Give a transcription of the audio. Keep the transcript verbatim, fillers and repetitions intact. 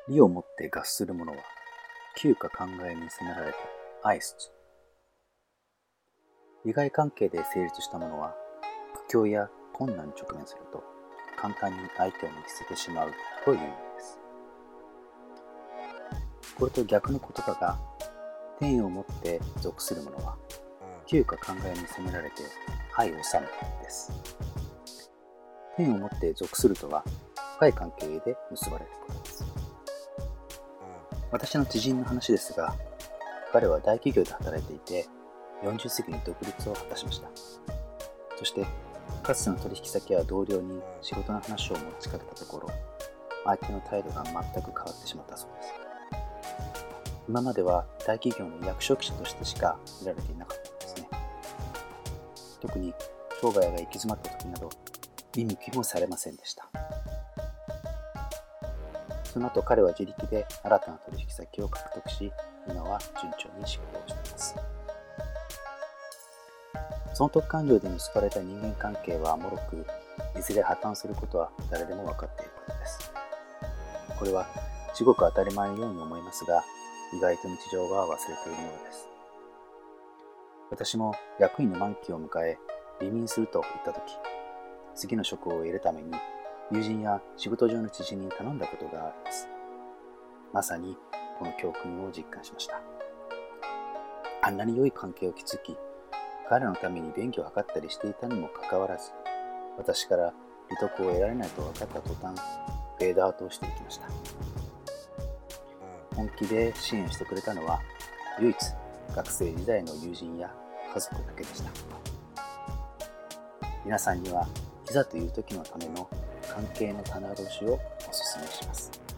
理をもって合する者は、旧家考えに責められて愛すつ。利害関係で成立した者は、苦境や困難に直面すると、簡単に相手を見捨ててしまうという意味です。これと逆の言葉が、天をもって属する者は、旧家考えに責められて愛を治むです。天をもって属するとは、深い関係で結ばれることです。私の知人の話ですが、彼は大企業で働いていて、よんじゅっ過ぎに独立を果たしました。そして、かつての取引先や同僚に仕事の話を持ちかけたところ、相手の態度が全く変わってしまったそうです。今までは大企業の役職者としてしか見られていなかったのですね。特に商売が行き詰まった時など、見向きもされませんでした。その後彼は自力で新たな取引先を獲得し、今は順調に仕事をしています。損得感情で結ばれた人間関係は脆く、いずれ破綻することは誰でも分かっていることです。これは至極当たり前のように思いますが、意外と日常は忘れているようです。私も役員の満期を迎え、離任すると言ったとき、次の職を得るために友人や仕事上の知人に頼んだことがあります。まさにこの教訓を実感しました。あんなに良い関係を築き、彼のために便宜を図ったりしていたにもかかわらず、私から利得を得られないと分かった途端、フェードアウトをしていきました。本気で支援してくれたのは、唯一学生時代の友人や家族だけでした。皆さんにはいざという時のための関係の棚卸しをお勧めします。